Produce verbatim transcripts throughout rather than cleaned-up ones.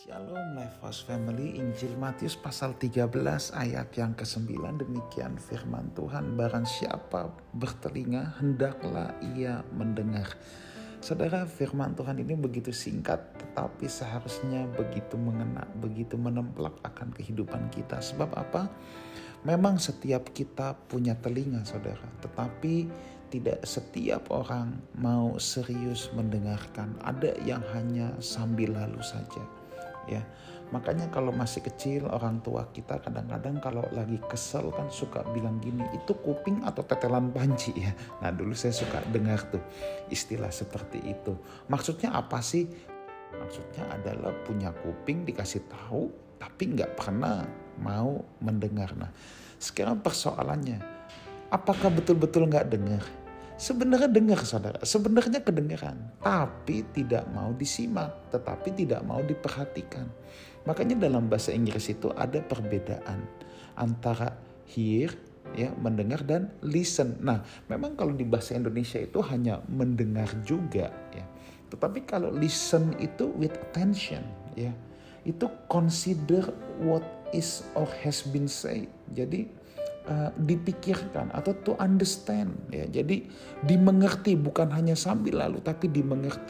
Shalom Lifehouse Family, Injil Matius pasal tiga belas ayat yang kesembilan, demikian firman Tuhan, barang siapa bertelinga hendaklah ia mendengar. Saudara, firman Tuhan ini begitu singkat tetapi seharusnya begitu mengena, begitu menemplak akan kehidupan kita. Sebab apa? Memang setiap kita punya telinga saudara, tetapi tidak setiap orang mau serius mendengarkan. Ada yang hanya sambil lalu saja. Ya, makanya kalau masih kecil orang tua kita kadang-kadang kalau lagi kesel kan suka bilang gini, itu kuping atau tetelan panci ya. Nah dulu saya suka dengar tuh istilah seperti itu. Maksudnya apa sih? Maksudnya adalah punya kuping dikasih tahu tapi nggak pernah mau mendengar. Nah sekarang persoalannya, apakah betul-betul nggak dengar? Sebenarnya dengar saudara, sebenarnya kedengaran, tapi tidak mau disimak, tetapi tidak mau diperhatikan. Makanya dalam bahasa Inggris itu ada perbedaan antara hear, ya mendengar, dan listen. Nah, memang kalau di bahasa Indonesia itu hanya mendengar juga, ya. Tetapi kalau listen itu with attention, ya, itu consider what is or has been said. Jadi Uh, dipikirkan atau to understand ya, jadi dimengerti, bukan hanya sambil lalu tapi dimengerti.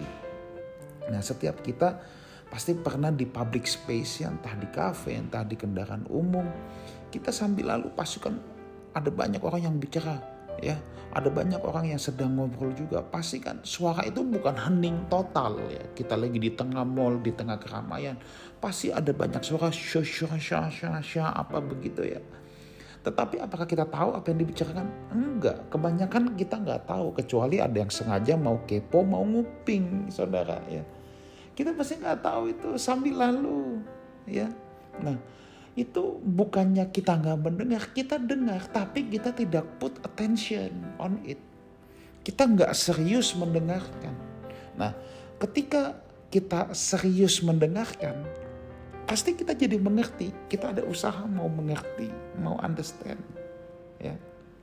Nah setiap kita pasti pernah di public space ya, entah di kafe, entah di kendaraan umum, kita sambil lalu pasti kan ada banyak orang yang bicara ya, ada banyak orang yang sedang ngobrol juga, pasti kan suara itu bukan hening total ya. Kita lagi di tengah mall, di tengah keramaian, pasti ada banyak suara sya sya sya sya sya apa begitu ya. Tetapi apakah kita tahu apa yang dibicarakan? Enggak, kebanyakan kita enggak tahu, kecuali ada yang sengaja mau kepo, mau nguping, saudara ya. Kita pasti enggak tahu itu sambil lalu, ya. Nah, itu bukannya kita enggak mendengar, kita dengar, tapi kita tidak put attention on it. Kita enggak serius mendengarkan. Nah, ketika kita serius mendengarkan, pasti kita jadi mengerti, kita ada usaha mau mengerti, mau understand. Ya.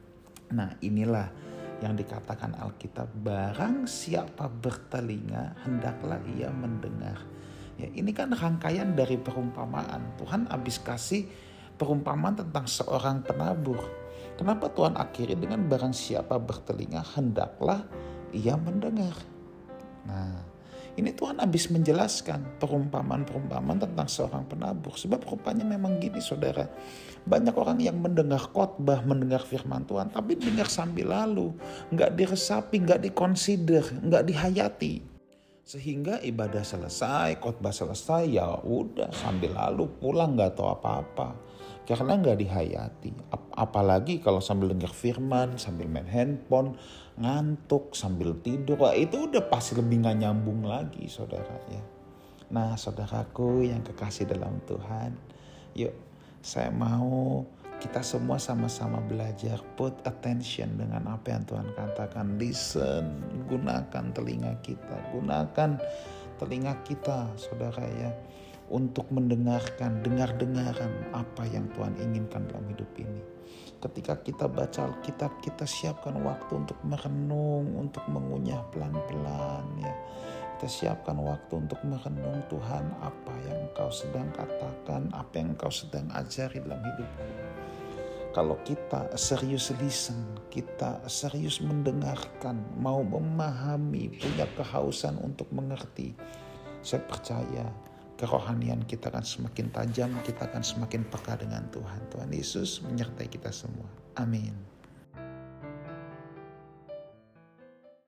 Nah inilah yang dikatakan Alkitab, barang siapa bertelinga hendaklah ia mendengar. Ya, ini kan rangkaian dari perumpamaan. Tuhan habis kasih perumpamaan tentang seorang penabur. Kenapa Tuhan akhiri dengan barang siapa bertelinga hendaklah ia mendengar. Nah ini Tuhan habis menjelaskan perumpamaan-perumpamaan tentang seorang penabur. Sebab rupanya memang gini saudara. Banyak orang yang mendengar khotbah, mendengar firman Tuhan, tapi dengar sambil lalu. Nggak diresapi, nggak dikonsider, nggak dihayati. Sehingga ibadah selesai, khotbah selesai, ya udah sambil lalu pulang nggak tahu apa-apa. Karena nggak dihayati. Apalagi kalau sambil dengar firman, sambil main handphone, ngantuk, sambil tidur, wah itu udah pasti lebih gak nyambung lagi saudara ya. Nah saudaraku yang kekasih dalam Tuhan, yuk saya mau kita semua sama-sama belajar put attention dengan apa yang Tuhan katakan. Listen, gunakan telinga kita, gunakan telinga kita saudara ya, untuk mendengarkan, dengar-dengaran apa yang Tuhan inginkan dalam hidup ini. Ketika kita baca Alkitab, kita siapkan waktu untuk merenung, untuk mengunyah pelan-pelan ya. Kita siapkan waktu untuk merenung, Tuhan apa yang Engkau sedang katakan, apa yang Engkau sedang ajari dalam hidupku. Kalau kita serius listen, kita serius mendengarkan, mau memahami, punya kehausan untuk mengerti, saya percaya kerohanian kita akan semakin tajam, kita akan semakin peka dengan Tuhan. Tuhan Yesus menyertai kita semua. Amin.